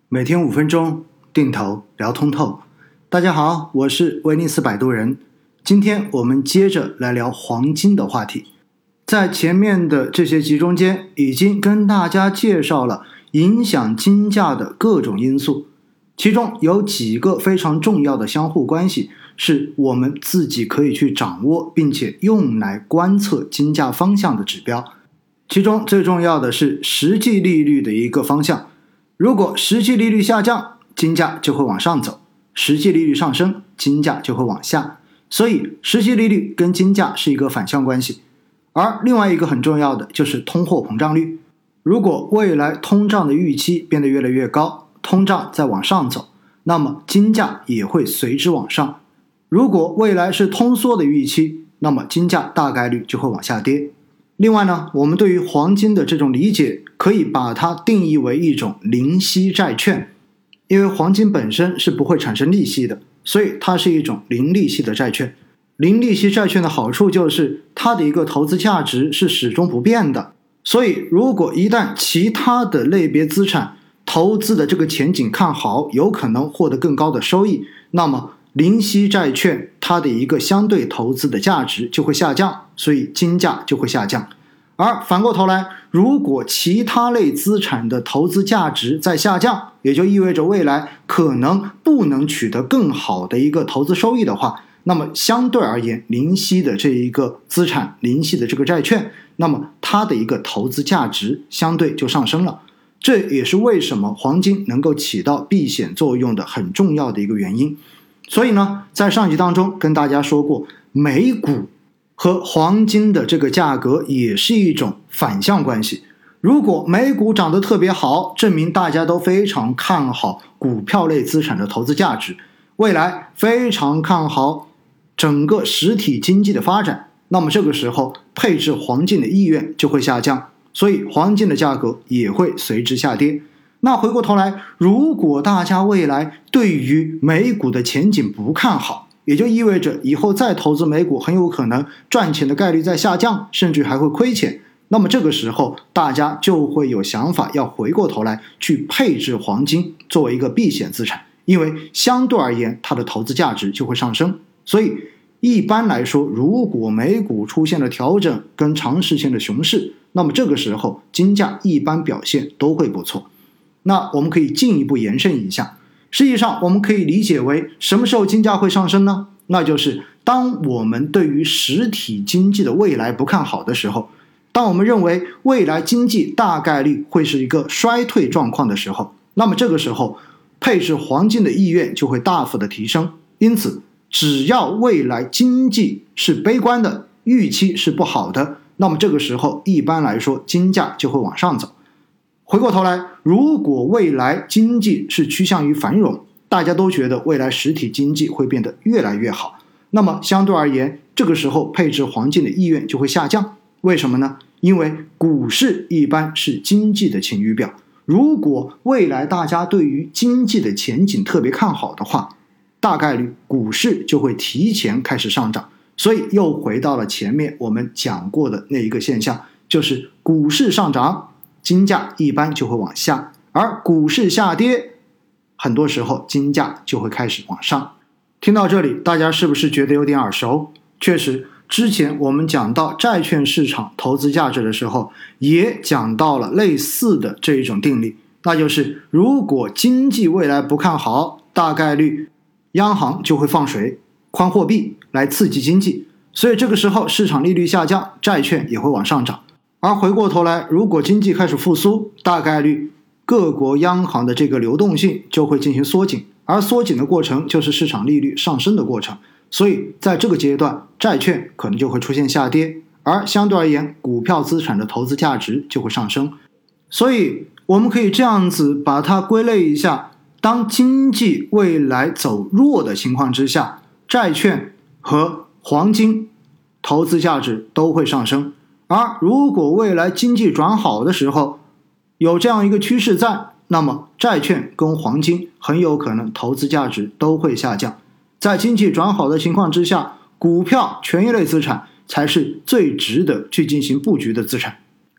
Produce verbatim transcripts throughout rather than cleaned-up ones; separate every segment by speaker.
Speaker 1: 每天五分钟，定投聊通透。大家好，我是威尼斯摆渡人。今天我们接着来聊黄金的话题。在前面的这些集中间，已经跟大家介绍了影响金价的各种因素，其中有几个非常重要的相互关系，是我们自己可以去掌握，并且用来观测金价方向的指标。其中最重要的是实际利率的一个方向。如果实际利率下降，金价就会往上走；实际利率上升，金价就会往下。所以实际利率跟金价是一个反向关系。而另外一个很重要的就是通货膨胀率。如果未来通胀的预期变得越来越高，通胀再往上走，那么金价也会随之往上。如果未来是通缩的预期，那么金价大概率就会往下跌。另外呢，我们对于黄金的这种理解，可以把它定义为一种零息债券。因为黄金本身是不会产生利息的，所以它是一种零利息的债券。零利息债券的好处就是它的一个投资价值是始终不变的，所以如果一旦其他的类别资产投资的这个前景看好，有可能获得更高的收益，那么零息债券它的一个相对投资的价值就会下降，所以金价就会下降。而反过头来，如果其他类资产的投资价值在下降，也就意味着未来可能不能取得更好的一个投资收益的话，那么相对而言，零息的这一个资产，零息的这个债券，那么它的一个投资价值相对就上升了。这也是为什么黄金能够起到避险作用的很重要的一个原因。所以呢，在上集当中跟大家说过，美股和黄金的这个价格也是一种反向关系。如果美股涨得特别好，证明大家都非常看好股票类资产的投资价值，未来非常看好整个实体经济的发展，那么这个时候配置黄金的意愿就会下降，所以黄金的价格也会随之下跌。那回过头来，如果大家未来对于美股的前景不看好，也就意味着以后再投资美股很有可能赚钱的概率在下降，甚至还会亏钱。那么这个时候大家就会有想法要回过头来去配置黄金作为一个避险资产，因为相对而言它的投资价值就会上升。所以一般来说，如果美股出现了调整跟长时间的熊市，那么这个时候金价一般表现都会不错。那我们可以进一步延伸一下，实际上我们可以理解为什么时候金价会上升呢？那就是当我们对于实体经济的未来不看好的时候，当我们认为未来经济大概率会是一个衰退状况的时候，那么这个时候配置黄金的意愿就会大幅的提升。因此只要未来经济是悲观的，预期是不好的，那么这个时候一般来说金价就会往上走。回过头来，如果未来经济是趋向于繁荣，大家都觉得未来实体经济会变得越来越好，那么相对而言，这个时候配置黄金的意愿就会下降。为什么呢？因为股市一般是经济的晴雨表，如果未来大家对于经济的前景特别看好的话，大概率股市就会提前开始上涨。所以又回到了前面我们讲过的那一个现象，就是股市上涨，金价一般就会往下，而股市下跌，很多时候金价就会开始往上。听到这里，大家是不是觉得有点耳熟？确实，之前我们讲到债券市场投资价值的时候，也讲到了类似的这一种定理，那就是如果经济未来不看好，大概率央行就会放水宽货币来刺激经济，所以这个时候市场利率下降，债券也会往上涨。而回过头来，如果经济开始复苏，大概率各国央行的这个流动性就会进行缩紧，而缩紧的过程就是市场利率上升的过程，所以在这个阶段债券可能就会出现下跌，而相对而言股票资产的投资价值就会上升。所以我们可以这样子把它归类一下，当经济未来走弱的情况之下，债券和黄金投资价值都会上升，而如果未来经济转好的时候，有这样一个趋势在，那么债券跟黄金很有可能投资价值都会下降。在经济转好的情况之下，股票、权益类资产才是最值得去进行布局的资产。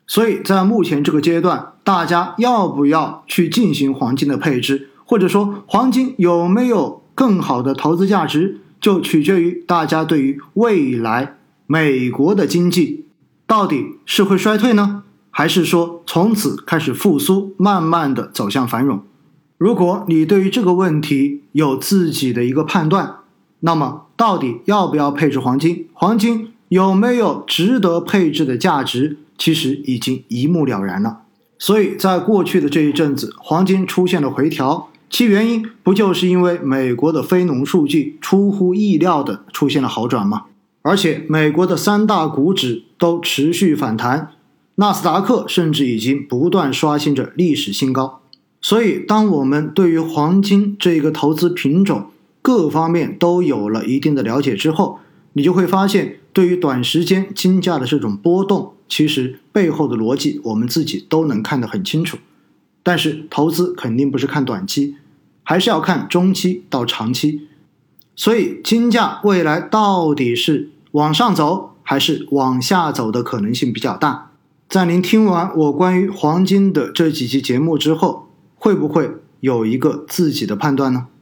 Speaker 1: 所以在目前这个阶段，大家要不要去进行黄金的配置，或者说黄金有没有更好的投资价值，就取决于大家对于未来美国的经济到底是会衰退呢，还是说从此开始复苏，慢慢的走向繁荣。如果你对于这个问题有自己的一个判断，那么到底要不要配置黄金，黄金有没有值得配置的价值，其实已经一目了然了。所以在过去的这一阵子，黄金出现了回调，其原因不就是因为美国的非农数据出乎意料的出现了好转吗？而且美国的三大股指都持续反弹，纳斯达克甚至已经不断刷新着历史新高。所以当我们对于黄金这个投资品种各方面都有了一定的了解之后，你就会发现对于短时间金价的这种波动，其实背后的逻辑我们自己都能看得很清楚。但是投资肯定不是看短期，还是要看中期到长期。所以金价未来到底是往上走还是往下走的可能性比较大。在您听完我关于黄金的这几期节目之后，会不会有一个自己的判断呢？